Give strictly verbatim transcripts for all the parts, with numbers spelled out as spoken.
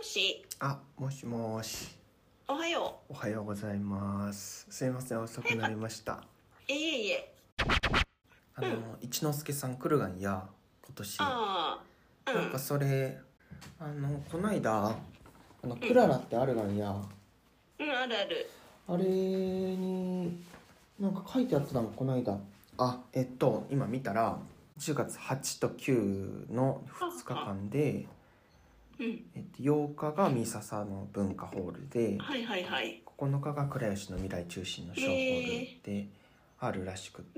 し。 あ、もしもし。 おはよおはようございます。すいません、遅くなりました。 う。いえいえ。 あの、うん、一之輔さん来るがんや、今年。 ああ、うん。 なんかそれ、あの、こないだ、あの、クララってあるがんや。 うん、あるある。 あれに、なんか書いてあったの、こないだ。あ、えっと、今見たら、じゅうがつはちとくのふつかかんで、 うん、 えっと、ようかが三笹の文化ホールで、 はいはいはい。 ここのかが倉吉の未来中心の小ホールであるらしくって、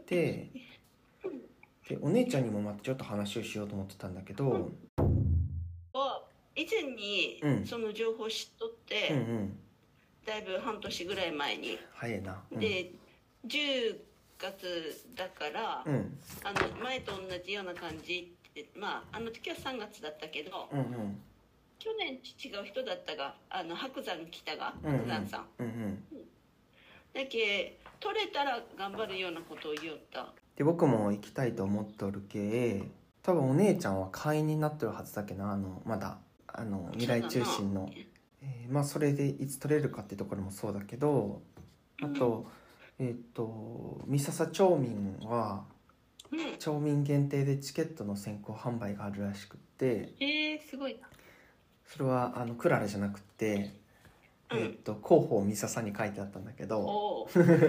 えー、 でお姉ちゃんにもまたちょっと話をしようと思ってたんだけど、うん、 以前にその情報知っとって、うんうん、だいぶ半年ぐらい前に早いな、 うん、でじゅうがつだから、うん、あの前と同じような感じって、まああの時はさんがつだったけど、うんうん、去年違う人だったが、あの白山来たが、白山さん、うんうんうん、だけ取れたら頑張るようなことを言おった。 で僕も行きたいと思っておるけ、多分お姉ちゃんは会員になってるはずだけど、あのまだあの未来中心の、えー、まあそれでいつ取れるかってところもそうだけど、あと、うん、えっ、ー、と三笹町民は、うん、町民限定でチケットの先行販売があるらしくって、 えー、すごいな。 それはあのクララじゃなくて、うん、えっ、ー、と広報三笹に書いてあったんだけど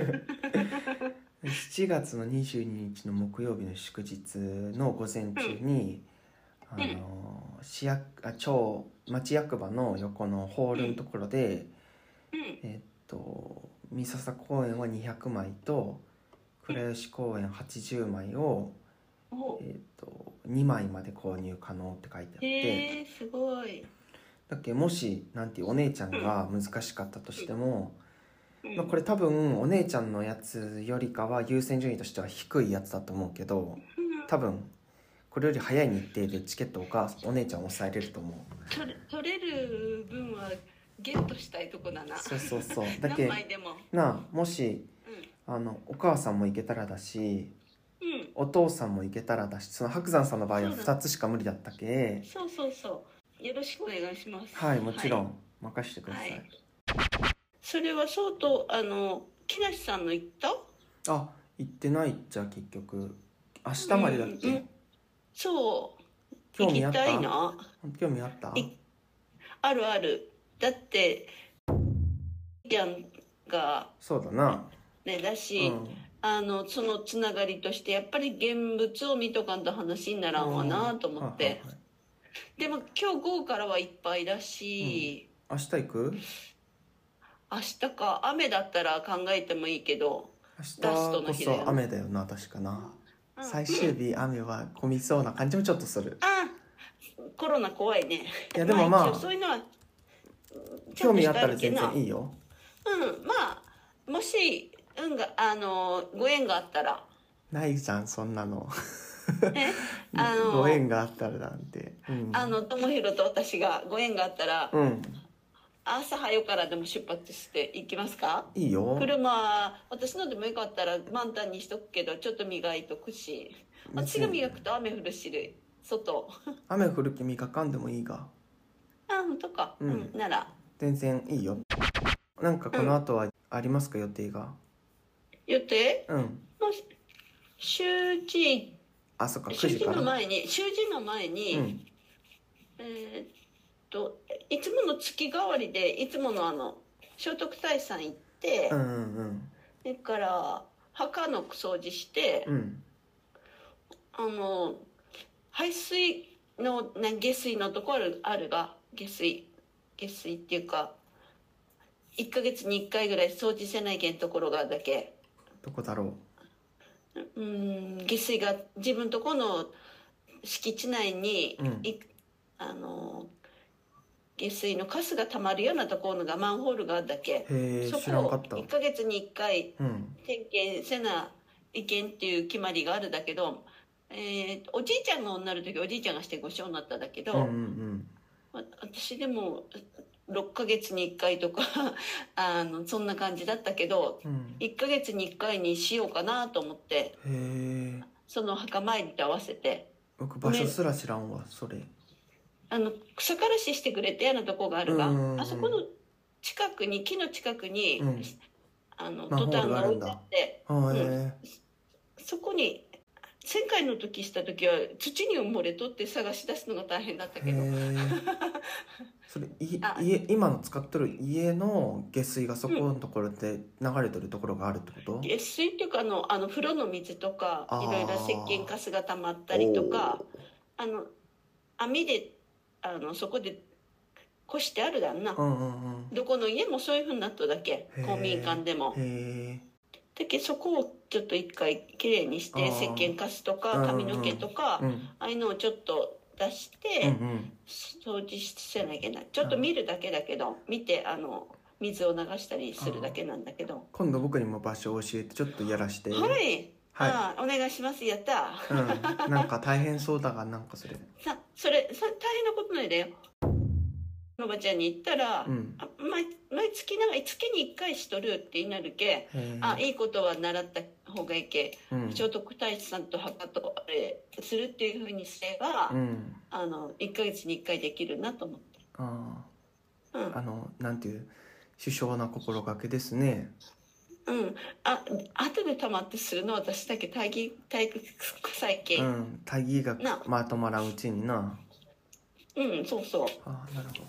しちがつのにじゅうににちの木曜日の祝日の午前中に、うん、あの市役あ町町役場の横のホールのところで、うん、えっと三笹公園はにひゃくまいと倉吉公園はちじゅうまいを、うん、えっとにまいまで購入可能って書いてあって、 えー、すごい。 だっけもしなんていうお姉ちゃんが難しかったとしても、まあ、これ多分お姉ちゃんのやつよりかは優先順位としては低いやつだと思うけど、多分これより早い日程でチケットをお姉ちゃん抑えれると思う。 取れ、取れる分はゲットしたいとこだな。 そうそうそう。だけ何枚でもなあ、もし、うん、あのお母さんも行けたらだし、うん、お父さんも行けたらだし、その白山さんの場合はふたつしか無理だったけ。 そうそうそうよろしくお願いします。 はい、もちろん、はい、任せてください、はい、 それはそうとあの木梨さんの行った？ あ、行ってないっちゃ結局明日までだっけ、うんうん、 そう興味あった？ 行きたいな。 興味あった？ あるある。だってちゃんがそうだな、 ね、だし、うん、あのそのつながりとしてやっぱり現物を見とかんと話にならんわなと思って、うん、はははい、でも今日午後からはいっぱいだし、 うん、明日行く？ 明日か。雨だったら考えてもいいけど、 明日こそ雨だよな、確かな、うん、最終日雨は混みそうな感じもちょっとする。 あ、コロナ怖いね。 いやでもまあ、 そういうのは興味あったら全然いいよ。 うん、まあもし運があのご縁があったら。 ないじゃんそんなのえあのご縁があったらなんて、 うん、あの智弘と私がご縁があったら、うん、朝早からでも出発して行きますか？ いいよ。 車私のでもよかったら満タンにしとくけどちょっと磨いとくし、私が磨くと雨降るし外雨降る気磨かんでもいいが。 あ、ほんとか、うん、うん、なら全然いいよ。なんかこの後はありますか、うん、予定が？ 予定？ うん。 習字、 あ、そっか、くじから。 習字の前に、習字の前に、うん、えー、っといつもの月替わりでいつものあの聖徳太子さん行って、うんうんうん、それから墓の掃除して、うん、あの排水の下水のところあるが下水下水っていうかいっかげつにいっかいぐらい掃除せないけんところがあるだけ。 どこだろう？ うん、下水が自分とこの敷地内に、うん、あの下水のカスがたまるようなところがマンホールがあるだけ。 へそこをいっかげつにいっかい点検せないけんっていう決まりがあるだけど、えー、おじいちゃんが女の時おじいちゃんがしてごしょうになっただけど、うんうんうん、私でもろっかげつにいっかいとかあのそんな感じだったけど、うん、いっかげつにいっかいにしようかなと思って、へその墓参りと合わせて。 僕場所すら知らんわ、それ。 あの草刈らししてくれてやなとこがあるが、うんうん、あそこの近くに木の近くに、うん、あのトタンが置いてあって、うん、そこに前回の時した時は土に埋もれとって探し出すのが大変だったけどそれい家今の使ってる家の下水がそこのところで流れてるところがあるってこと、うん、 下水っていうかあのあの風呂の水とかいろいろ石鹸カスが溜まったりとかあの網であのそこでこしてあるだんな、うんうんうん、どこの家もそういうふうになっただけ公民館でもだけそこをちょっと一回きれいにして石鹸カスとか髪の毛とか、うんうん、ああいうのをちょっと出して、うんうん、掃除せなきゃいけないちょっと見るだけだけど見てあの水を流したりするだけなんだけど今度僕にも場所を教えてちょっとやらしてはい、はい、あお願いしますやった、 うん、なんか大変そうだがなんかそれさそれそれ大変なことないだよおばちゃんに言ったら、うん、あ毎, 毎月なんか月にいっかいしとるってなるけあいいことは習った方がいいけ、うん、聖徳太子さんと墓とあれするっていうふうにすれば、うん、あのいっかげつにいっかいできるなと思ってあ、うん、あのなんていう首相な心がけですねうんあ後でたまってするのは私だけ体義体育臭い系、うん、体義がまとまらんうちになうんそうそうあなるほど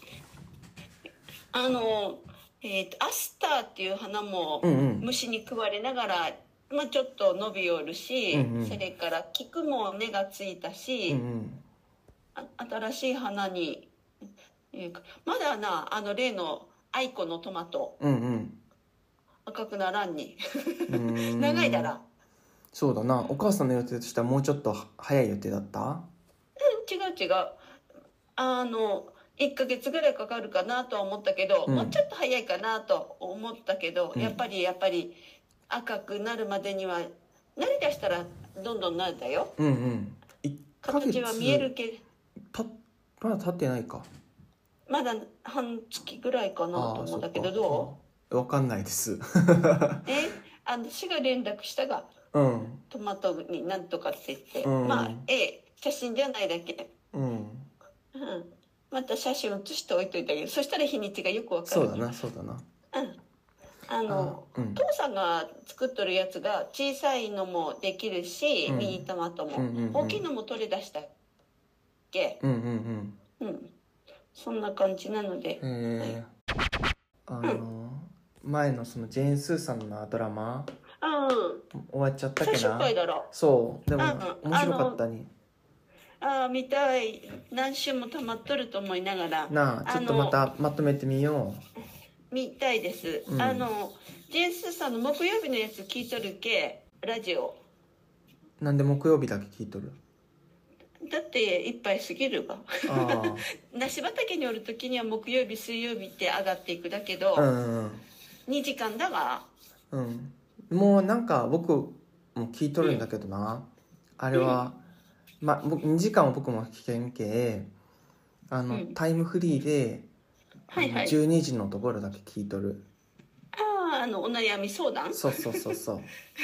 あの、えーと、アスターっていう花も虫に食われながら、うんうんまあ、ちょっと伸びよるし、うんうん、それから菊も根がついたし、うんうん、あ新しい花に、えー、まだなあの例のアイコのトマト、うんうん、赤くならんに長いだらそうだなお母さんの予定としてはもうちょっと早い予定だった？うん違う違うあのいっかげつぐらいかかるかなとは思ったけど、うん、もうちょっと早いかなと思ったけど、うん、やっぱりやっぱり赤くなるまでには慣れ出したらどんどんなるだよ、うんうん、形は見えるけどまだ経ってないかまだ半月ぐらいかなと思うんだけどどう？わかんないですえあの私が連絡したが、うん、トマトになんとかって言って、うん、まあええ写真じゃないだけでうん、うんまた写真写しておいといたけどそしたら日にちがよくわかるそうだなそうだなうんあのあ、うん、父さんが作っとるやつが小さいのもできるし、うん、ミニトマトも、うんうんうん、大きいのも取り出したっけうんうんうんうんそんな感じなので、えーはい、あの、うん、前のそのジェーン・スーさんのドラマ、うん、終わっちゃったっけな最終回だろそうでも、うん、面白かったにああ見たい何週も溜まっとると思いながらなあちょっとまたまとめてみよう見たいです、うん、あのジェンスさんの木曜日のやつ聞いとるけラジオなんで木曜日だけ聞いとるだっていっぱいすぎるわ梨畑におる時には木曜日水曜日って上がっていくだけど、うんうん、にじかんだが、 うん、もうなんか僕も聞いとるんだけどな、うん、あれは、うんまあ、にじかんは僕も聞けんけあの、うん、タイムフリーで、はいはい、じゅうにじのところだけ聞いとるあああのお悩み相談そうそうそうそう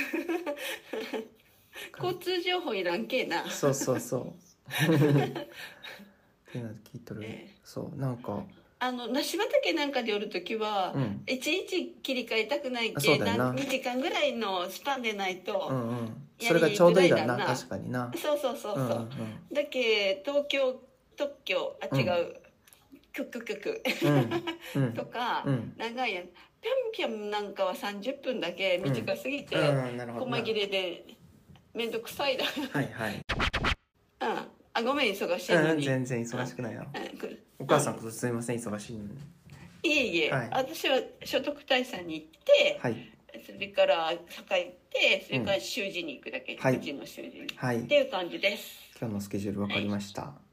交通情報いらんけえなそうそうそうっていうので聞いとる、えー、そうなんかあの梨畑なんかでおるときは、うん、いちいち切り替えたくないけどにじかんぐらいのスパンでないと、うんうん、 それがちょうどいいだな確かになそうそうそうそう、うんうん、だけ東京特許あ違う、うん、クッククク、うん、とか、うん、長いやぴょんぴょんなんかはさんじゅっぷんだけ短すぎて、うん、細切れでめんどくさいだはいはいうんあごめん忙しいのに、 うん、全然忙しくないよ、お母さんこそすみません忙しいのにいえいえ、はい、私は聖徳太子さんに行って、はい、それから坂行ってそれから習字に行くだけ、うん、うちの習字に、はい、っていう感じです。 今日のスケジュール分かりましたはい、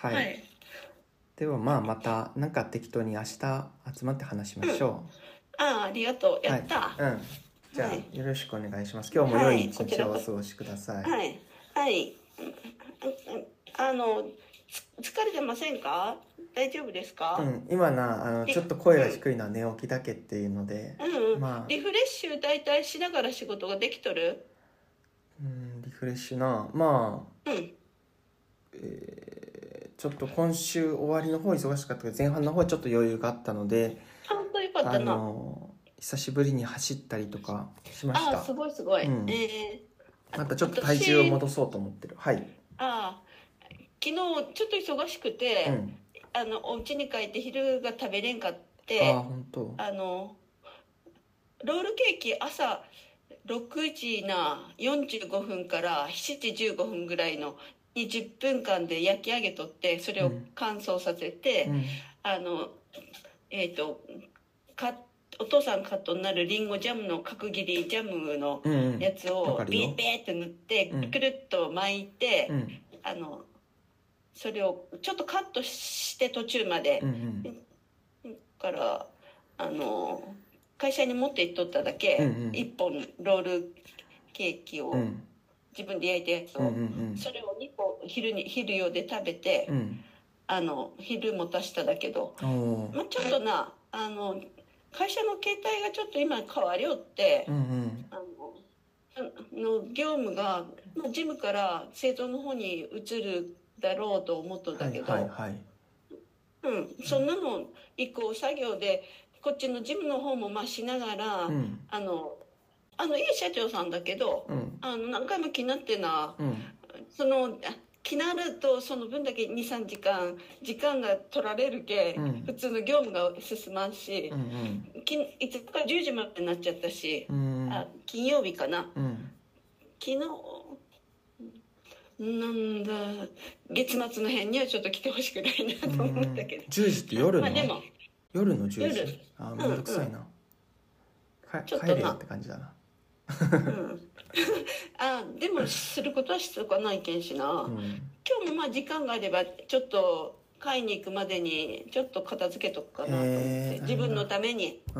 はい、ではまあまたなんか適当に明日集まって話しましょう、うん、ああありがとうやった、はい、うんじゃあ、はい、よろしくお願いします今日も良い一日をお過ごしくださいはいはい、あの疲れてませんか？大丈夫ですか？ うん、今なあのちょっと声が低いのは寝起きだけっていうので、 うんうんまあ、リフレッシュ大体しながら仕事ができとる？ うんリフレッシュなまあ、うん、えー、っちょっと今週終わりの方忙しかったけど前半の方はちょっと余裕があったので、 本当よかったな。 あの久しぶりに走ったりとかしました。 あ、すごいすごい、 うん、 えー、またちょっと体重を戻そうと思ってる。はい。 あ、昨日ちょっと忙しくて、うん、あのお家に帰って昼が食べれんかって、 あ、本当。 あのロールケーキ朝ろくじなよんじゅうごふんからしちじじゅうごふんぐらいのにじゅっぷんかんで焼き上げとって、それを乾燥させて、うん、あのえっ、ー、とかお父さんカットになるリンゴジャムの角切りジャムのやつをビービーって塗ってくるっと巻いて、うん、あのそれをちょっとカットして途中まで、うんうん、からあの会社に持って行っとっただけ、うんうん、いっぽんロールケーキを、うん、自分で焼いたやつを、うんうんうん、それをにこ昼に昼用で食べて、うん、あの昼も足しただけど、まあ、ちょっとなあの会社の形態がちょっと今変わりよって、うんうん、あのの業務がジムから製造の方に移るだろうと思っとんだけど、はいはいはい、うん、そんなの移行作業でこっちのジムの方もまあしながら、うん、あのあのいい社長さんだけど、うん、あの何回も気になってな、うん、その気になるとその分だけ にさんじかん時間が取られるけ、うん、普通の業務が進まんし、うんうん、きいつかじゅうじまでになっちゃったし、うん、あ金曜日かな、うん、昨日なんだ月末の辺にはちょっと来てほしくないなと思ったけど、 じゅうじって夜の、 まあ、でも夜のじゅうじ、あめんどくさいな、うんうん、帰れよって感じだな、 うん、あでもすることはしとかないけんしな、うん、今日もまあ時間があればちょっと買いに行くまでにちょっと片付けとくかなと思って、自分のために、うん、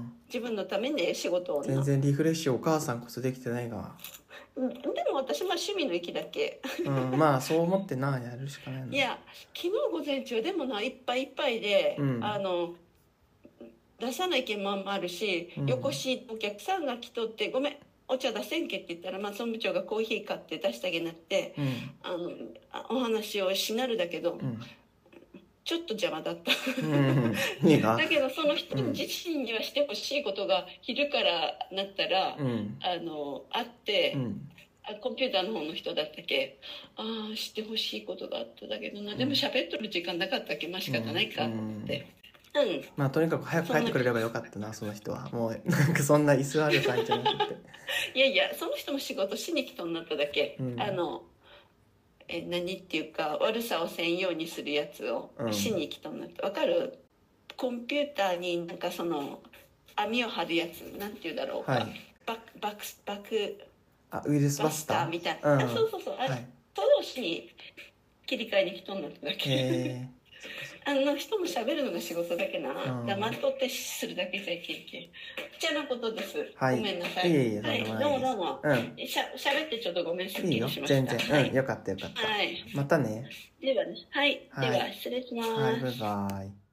自分のために仕事を全然リフレッシュお母さんこそできてないが、 でも私は趣味の域だけ、 うん、まあそう思ってなやるしかないの。 いや昨日午前中でもないっぱいいっぱいで、うん、あの出さないけんもあるし、うん、よこしお客さんが来とってごめんお茶出せんけって言ったら、まあ、総務長がコーヒー買って出してあげなって、うん、あのお話をしなるだけど、うん、ちょっと邪魔だった、うん、だけどその人自身にはしてほしいことが昼からなったら、うん、あのあって、うん、コンピューターの方の人だったけ、ああしてほしいことがあっただけどな、うん、でも喋っとる時間なかったっけ、まあ仕方ないかと思って、うんうん、 まあとにかく早く帰ってくれればよかったな、その人はもうなんかそんな居座る感じじゃなくていやいやその人も仕事しに来とんなっただけ、うん、あのえ何っていうか悪さをせんようにするやつをしに来とんなった、うん、分かる？コンピューターになんかその網を張るやつなんていうんだろうか、はい、バックバックバックあウイルスバスターみたいな、うん、あそうそうそう、あれ、はい、それをしに切り替えに来とんなっただけあの人も喋るのが仕事だけな、うん、黙っとってするだけじゃいけんけんちゃなことです、はい、ごめんなさい、 いえいえ、 はい、どうもどうも、うん、しゃ喋ってちょっとごめんすっきりしました。いいよ全然、はい、うんよかったよかった、はい、またね。 ではね、はい、はい、では失礼します。 はい、バイバイ。